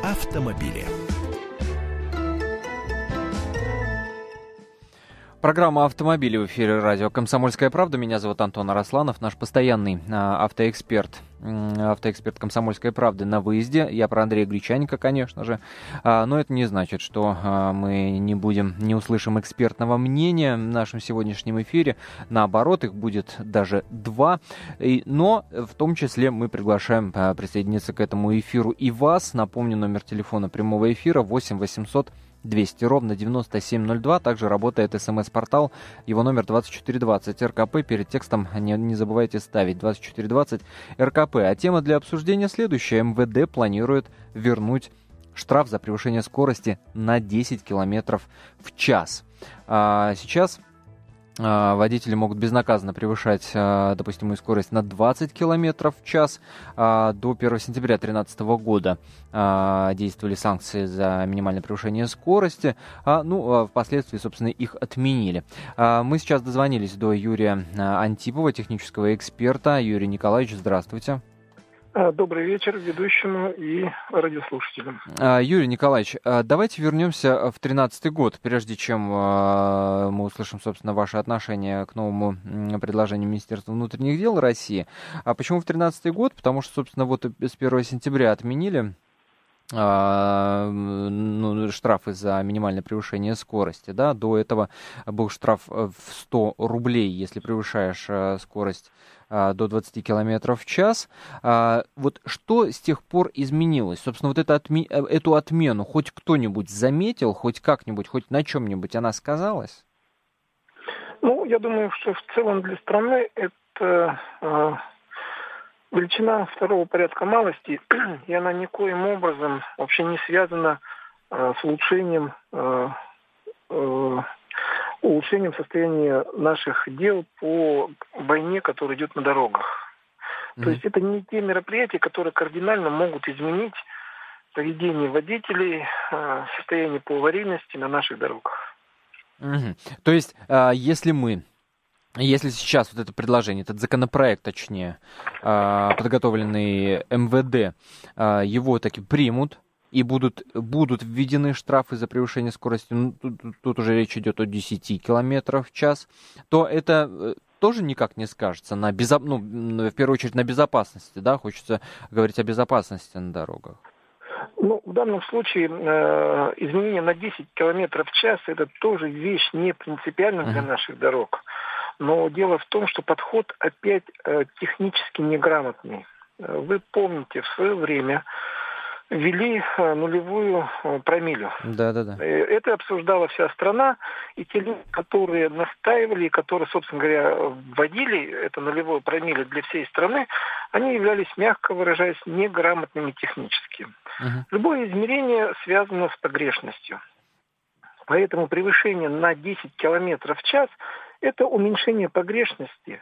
автомобиле. Программа «Автомобили» в эфире радио «Комсомольская правда». Меня зовут Антон Арасланов, наш постоянный автоэксперт «Комсомольской правды» на выезде. Я про Андрея Гречаника, конечно же. Но это не значит, что мы не услышим экспертного мнения в нашем сегодняшнем эфире. Наоборот, их будет даже два. Но в том числе мы приглашаем присоединиться к этому эфиру и вас. Напомню, номер телефона прямого эфира 8 800 200 ровно 9702. Также работает СМС-портал. Его номер 2420 РКП. Перед текстом не забывайте ставить 2420 РКП. А тема для обсуждения следующая. МВД планирует вернуть штраф за превышение скорости на 10 километров в час. Сейчас водители могут безнаказанно превышать допустимую скорость на 20 км в час. До 1 сентября 2013 года действовали санкции за минимальное превышение скорости. Впоследствии, собственно, их отменили. Мы сейчас дозвонились до Юрия Антипова, технического эксперта. Юрий Николаевич, здравствуйте. Добрый вечер ведущему и радиослушателям. Юрий Николаевич, давайте вернемся в 2013 год, прежде чем мы услышим, собственно, ваше отношение к новому предложению Министерства внутренних дел России. А почему в 2013 год? Потому что, собственно, вот с 1 сентября отменили штрафы за минимальное превышение скорости. Да? До этого был штраф в 100 рублей, если превышаешь скорость до 20 км в час. Вот что с тех пор изменилось? Собственно, вот эту отмену хоть кто-нибудь заметил, хоть как-нибудь, хоть на чем-нибудь она сказалась? Я думаю, что в целом для страны это величина второго порядка малости, и она никоим образом вообще не связана с улучшением состояния наших дел по войне, которая идет на дорогах. То есть это не те мероприятия, которые кардинально могут изменить поведение водителей, состояние по аварийности на наших дорогах. То есть, если сейчас вот это предложение, этот законопроект, точнее, подготовленный МВД, его таки примут, и будут введены штрафы за превышение скорости, тут уже речь идет о 10 километрах в час, то это тоже никак не скажется в первую очередь на безопасности, да? Хочется говорить о безопасности на дорогах. В данном случае изменение на 10 километров в час – это тоже вещь не принципиальная для наших дорог. Но дело в том, что подход опять технически неграмотный. Вы помните, в свое время ввели нулевую промилле. Да. Это обсуждала вся страна, и те люди, которые настаивали, которые, собственно говоря, вводили это нулевое промилле для всей страны, они являлись, мягко выражаясь, неграмотными технически. Любое измерение связано с погрешностью. Поэтому превышение на 10 километров в час – это уменьшение погрешности.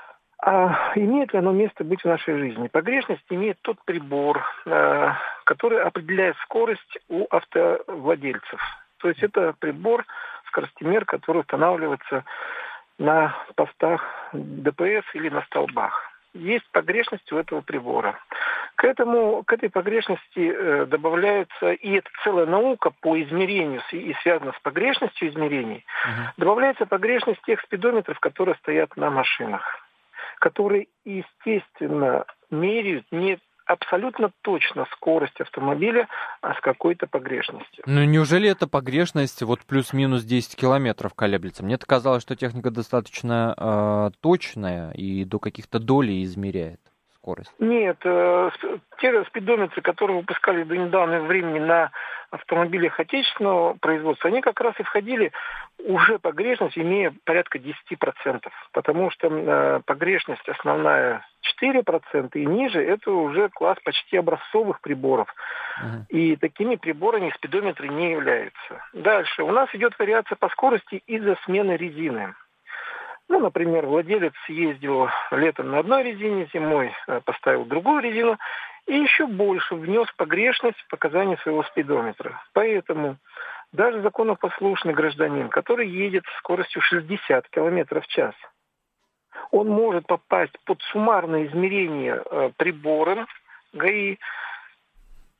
А имеет ли оно место быть в нашей жизни? Погрешность имеет тот прибор, который определяет скорость у автовладельцев. То есть это прибор, скоростимер, который устанавливается на постах ДПС или на столбах. Есть погрешность у этого прибора. К этой погрешности добавляется, и это целая наука по измерению, и связана с погрешностью измерений, добавляется погрешность тех спидометров, которые стоят на машинах, которые, естественно, меряют не абсолютно точно скорость автомобиля, а с какой-то погрешностью. Неужели эта погрешность плюс-минус 10 километров колеблется? Мне-то казалось, что техника достаточно точная и до каких-то долей измеряет скорость. Нет, те спидометры, которые выпускали до недавнего времени на автомобилях отечественного производства, они как раз и входили уже погрешность, имея порядка 10%. Потому что погрешность основная 4% и ниже, это уже класс почти образцовых приборов. И такими приборами спидометры не являются. Дальше. У нас идет вариация по скорости из-за смены резины. Например, владелец ездил летом на одной резине, зимой поставил другую резину и еще больше внес погрешность в показания своего спидометра. Поэтому даже законопослушный гражданин, который едет с скоростью 60 км в час, он может попасть под суммарное измерение прибором ГАИ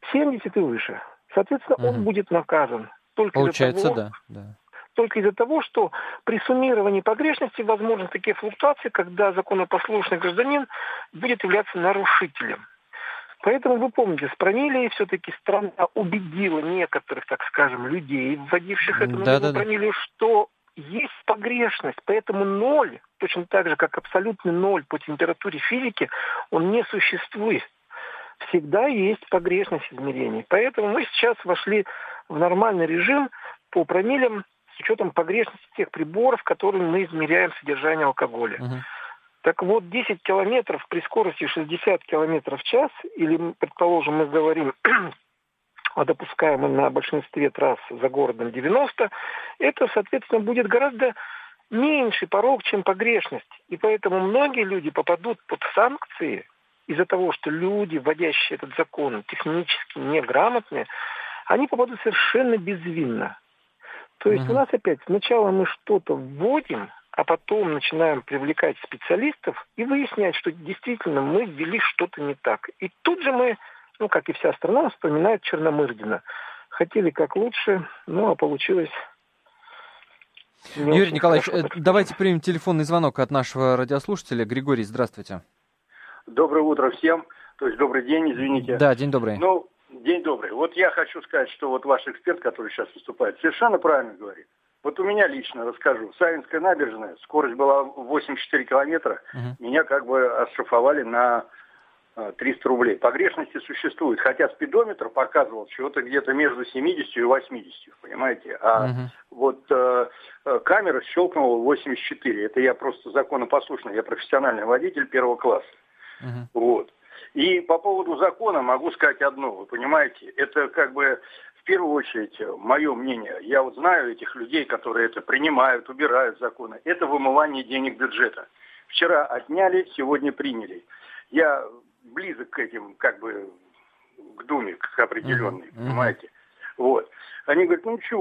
70 и выше. Соответственно, он будет наказан. Получается, да. Только из-за того, что при суммировании погрешностей возможны такие флуктуации, когда законопослушный гражданин будет являться нарушителем. Поэтому вы помните, с промилле все-таки страна убедила некоторых, так скажем, людей, вводивших эту нулевую промилле, что есть погрешность. Поэтому ноль, точно так же, как абсолютный ноль по температуре физики, он не существует. Всегда есть погрешность измерений. Поэтому мы сейчас вошли в нормальный режим по промиллям с учетом погрешности тех приборов, которыми мы измеряем содержание алкоголя. Так вот, 10 километров при скорости 60 километров в час, или, предположим, мы говорим о допускаемом на большинстве трасс за городом 90, это, соответственно, будет гораздо меньший порог, чем погрешность. И поэтому многие люди попадут под санкции из-за того, что люди, вводящие этот закон, технически неграмотные, они попадут совершенно безвинно. То есть у нас опять сначала мы что-то вводим, а потом начинаем привлекать специалистов и выяснять, что действительно мы ввели что-то не так. И тут же мы, как и вся страна, вспоминает Черномырдина. Хотели как лучше, а получилось... Юрий Николаевич, давайте примем телефонный звонок от нашего радиослушателя. Григорий, здравствуйте. Доброе утро всем. То есть добрый день, извините. Да, день добрый. День добрый. Вот я хочу сказать, что вот ваш эксперт, который сейчас выступает, совершенно правильно говорит. Вот у меня лично расскажу. Савинская набережная, скорость была 84 километра, меня как бы оштрафовали на 300 рублей. Погрешности существуют, хотя спидометр показывал что-то где-то между 70 и 80, понимаете? А вот камера щелкнула 84. Это я просто законопослушный, я профессиональный водитель первого класса. Вот. И по поводу закона могу сказать одно, вы понимаете, это как бы в первую очередь мое мнение. Я вот знаю этих людей, которые это принимают, убирают законы. Это вымывание денег бюджета. Вчера отняли, сегодня приняли. Я близок к этим, как бы, к думе, к определенной, понимаете. Вот. Они говорят,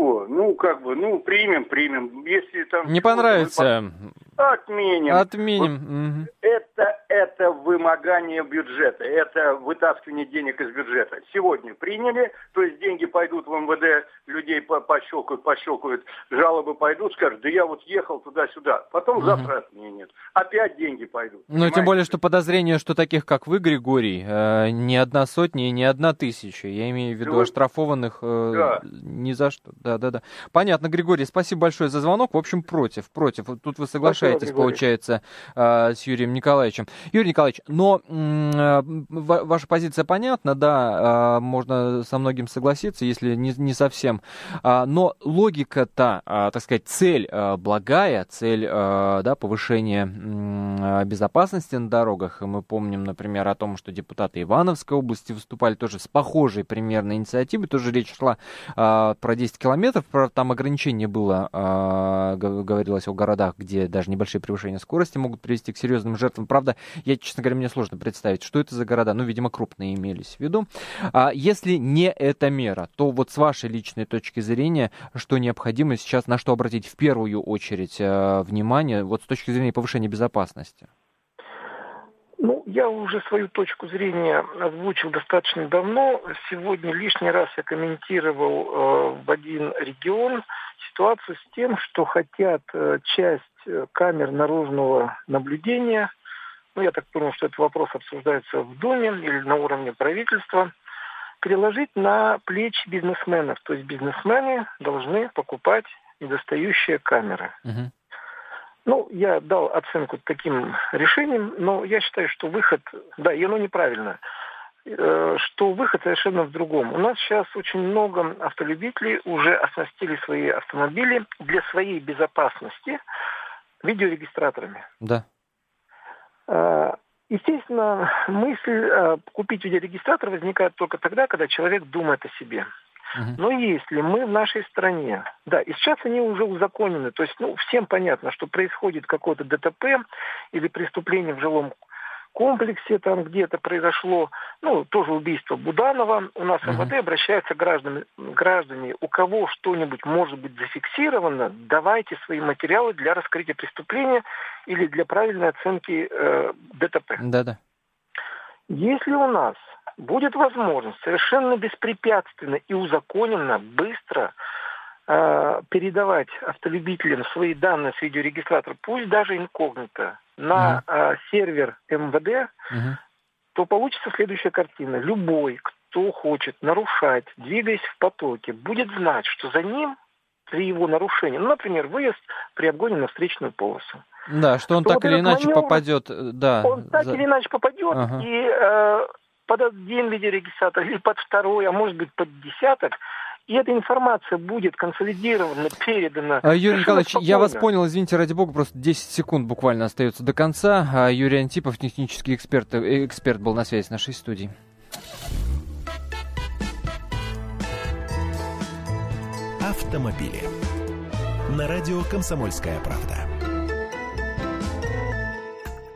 примем. Если там... Не понравится. Отменим. Вот это вымогание бюджета, это вытаскивание денег из бюджета. Сегодня приняли, то есть деньги пойдут в МВД, людей пощелкают, жалобы пойдут, скажут, да я вот ехал туда-сюда. Потом завтра отменят. Опять деньги пойдут. Тем более, что подозрение, что таких, как вы, Григорий, не 100 и не 1000. Я имею в виду оштрафованных ни за что. Да. Понятно, Григорий, спасибо большое за звонок. В общем, против. Тут вы соглашаетесь, получается, с Юрием Николаевичем. Юрий Николаевич, но ваша позиция понятна, да, можно со многим согласиться, если не совсем. Но логика-то, так сказать, цель благая, цель повышения безопасности на дорогах. И мы помним, например, о том, что депутаты Ивановской области выступали тоже с похожей примерно инициативой. Тоже речь шла про 10 километров, там ограничение было, говорилось о городах, где даже небольшие превышения скорости могут привести к серьезным жертвам. Правда, честно говоря, мне сложно представить, что это за города. Видимо, крупные имелись в виду. Если не эта мера, то вот с вашей личной точки зрения, что необходимо сейчас, на что обратить в первую очередь внимание, вот с точки зрения повышения безопасности? Я уже свою точку зрения озвучил достаточно давно. Сегодня лишний раз я комментировал в один регион ситуацию с тем, что хотят часть камер наружного наблюдения, я так понял, что этот вопрос обсуждается в Думе или на уровне правительства, переложить на плечи бизнесменов. То есть бизнесмены должны покупать недостающие камеры. Я дал оценку таким решениям, но я считаю, что выход, и оно неправильно, что выход совершенно в другом. У нас сейчас очень много автолюбителей уже оснастили свои автомобили для своей безопасности видеорегистраторами. Да. Естественно, мысль купить видеорегистратор возникает только тогда, когда человек думает о себе. Но если мы в нашей стране, и сейчас они уже узаконены, то есть всем понятно, что происходит какое-то ДТП или преступление в жилом комплексе, там где-то произошло, тоже убийство Буданова, у нас МВД обращаются граждане, у кого что-нибудь может быть зафиксировано, давайте свои материалы для раскрытия преступления или для правильной оценки ДТП. Да. Если у нас будет возможность совершенно беспрепятственно и узаконенно, быстро передавать автолюбителям свои данные с видеорегистратора, пусть даже инкогнито, на сервер МВД, то получится следующая картина. Любой, кто хочет нарушать, двигаясь в потоке, будет знать, что за ним при его нарушении, например, выезд при обгоне на встречную полосу. Да, что он так или иначе попадет. Да, он так или иначе попадет и под один видеорегистратор, или под второй, а может быть под десяток. И эта информация будет консолидирована, передана. Юрий Николаевич, я вас понял, извините, ради бога, просто 10 секунд буквально остается до конца. Юрий Антипов, технический эксперт, был на связи с нашей студией. Автомобили. На радио «Комсомольская правда».